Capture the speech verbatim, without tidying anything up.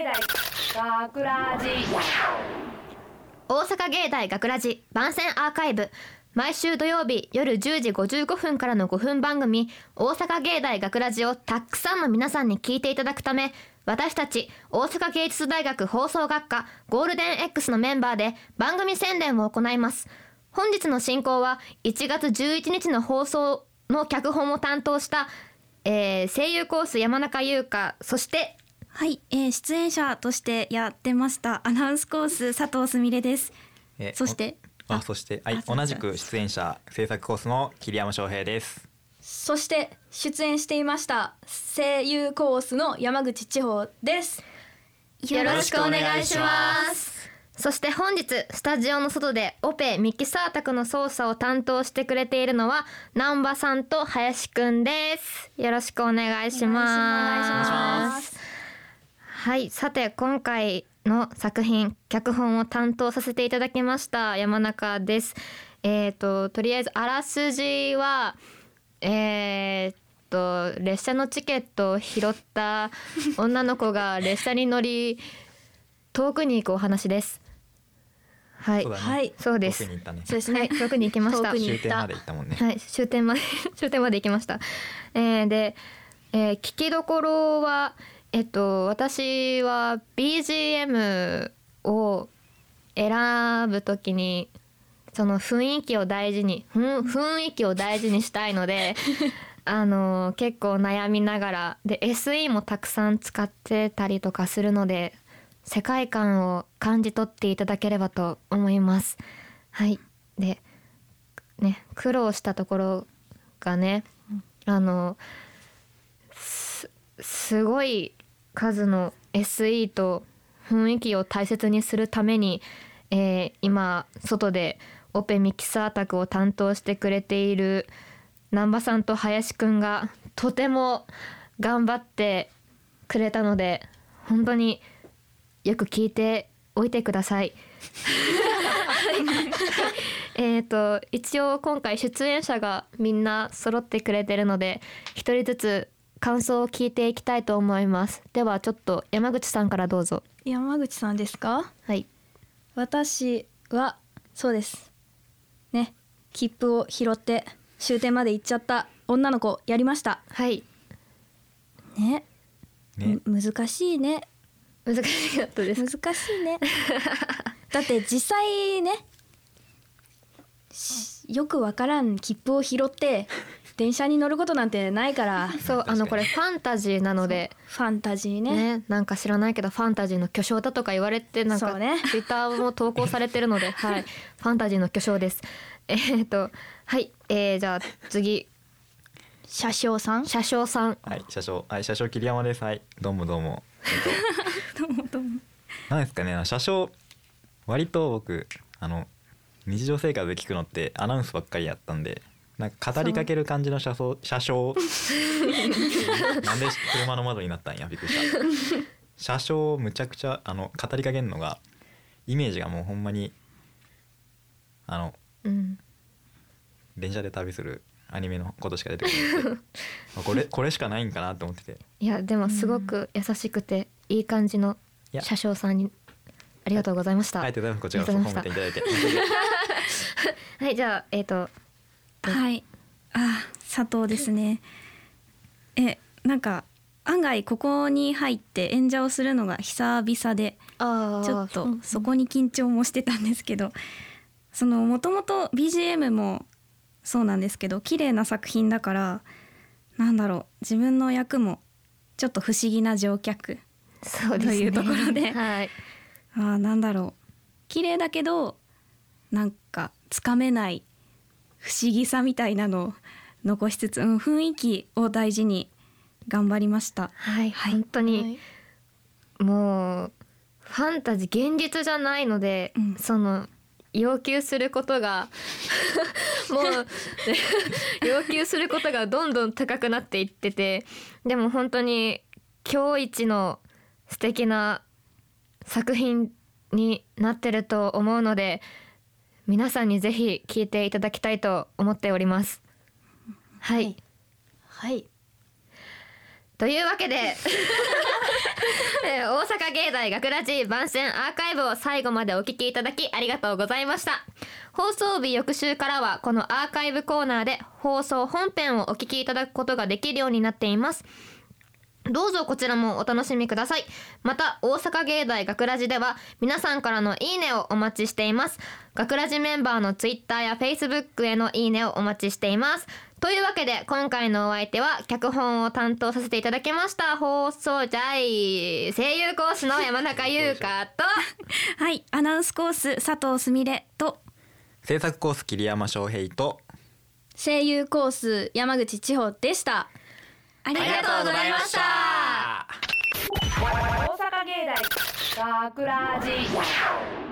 大学ラジ大阪芸大学ラジ番宣アーカイブ、毎週土曜日夜じゅうじごじゅうごふんからのごふん番組大阪芸大学ラジをたくさんの皆さんに聞いていただくため、私たち大阪芸術大学放送学科ゴールデン X のメンバーで番組宣伝を行います。本日の進行はいちがつじゅういちにちの放送の脚本を担当した、えー、声優コース山中優香、そしてはい、えー、出演者としてやってましたアナウンスコース佐藤すみれです。 えそしてあそして、はい、同じく出演者制作コースの桐山翔平です。 そして出演していました声優コースの山口千穂です。 よろしくお願いします。そして本日スタジオの外でオペミキサー宅の操作を担当してくれているのは南波さんと林くんです。よろしくお願いします。 お願いします。 はい、さて今回の作品脚本を担当させていただきました山中です。えーととりあえずあらすじはえーと列車のチケットを拾った女の子が列車に乗り遠くに行くお話です。はい、 そうだね、 はい、 そうです。 遠くに行ったね。 そうですね。遠くに行きました。 遠くに終点まで行ったもんね。 はい、終点まで終点まで行きました。えー、で、えー、聞きどころはえっと私は ビージーエム を選ぶときにその雰囲気を大事に、ふん雰囲気を大事にしたいので。あの結構悩みながらで エスイー もたくさん使ってたりとかするので世界観を感じ取っていただければと思います。はいでね苦労したところがねあの す, すごい数の エスイー と雰囲気を大切にするために、えー、今外でオペミキサー宅を担当してくれている南波さんと林くんがとても頑張ってくれたので本当によく聞いておいてください。えっと一応今回出演者がみんな揃ってくれてるので一人ずつ感想を聞いていきたいと思います。ではちょっと山口さんからどうぞ。 山口さんですか。 はい、 私はそうですね、切符を拾って終点まで行っちゃった女の子やりました。 はいね、 ね、 難しいね。 難しかったです。 難しいね。だって実際ね、よくわからん切符を拾って電車に乗ることなんてないから。 そうあのこれファンタジーなのでファンタジーね。 ね、なんか知らないけどファンタジーの巨匠だとか言われてなんかそうねツイッターも投稿されてるので、はい、ファンタジーの巨匠です。えー、っとはい、えー、じゃあ次車掌さん車掌さん。 はい、車掌、はい、車掌桐山です。はい、どうもどうも。えっと、 どうもどうも。 なんですかね、車掌割と僕あの日常生活で聞くのってアナウンスばっかりやったんで、なんか語りかける感じの車掌車掌なんで車の窓になったんや、びっくりした。車掌むちゃくちゃあの語りかけるのがイメージがもうほんまにあの、 うん、電車で旅するアニメのことしか出てこなくてこれこれしかないんかなと思ってて、 いやでもすごく優しくていい感じの車掌さんにありがとうございました。 ありがとうございます。こちらこそ褒めていただいてはい、じゃあえっ、ー、とはいあ佐藤ですね。えなんか案外ここに入って演者をするのが久々であちょっとそこに緊張もしてたんですけど、そのもともと ビージーエム もそうなんですけど綺麗な作品だからなんだろう自分の役もちょっと不思議な乗客そうですねというところで、 はい、 あなんだろう綺麗だけどなんかつかめない不思議さみたいなのを残しつつ、うん、雰囲気を大事に頑張りました。 はい、はい、本当に、はい、もうファンタジー現実じゃないので、うん、その要求することがもう要求することがどんどん高くなっていってて、でも本当に今日一の素敵な作品になってると思うので皆さんにぜひ聞いていただきたいと思っております。はい、はいはい、というわけで、えー、大大阪芸大学ラジ番宣アーカイブを最後までお聞きいただきありがとうございました。放送日翌週からはこのアーカイブコーナーで放送本編をお聞きいただくことができるようになっています。どうぞこちらもお楽しみください。また大阪芸大学ラジでは皆さんからのいいねをお待ちしています。学ラジメンバーのツイッターやフェイスブックへのいいねをお待ちしています。というわけで今回のお相手は脚本を担当させていただきました放送じゃい声優コースの山中優香とはいアナウンスコース佐藤すみれと制作コース桐山翔平と声優コース山口千穂でした。 ありがとうございました。 大阪芸大学ラジ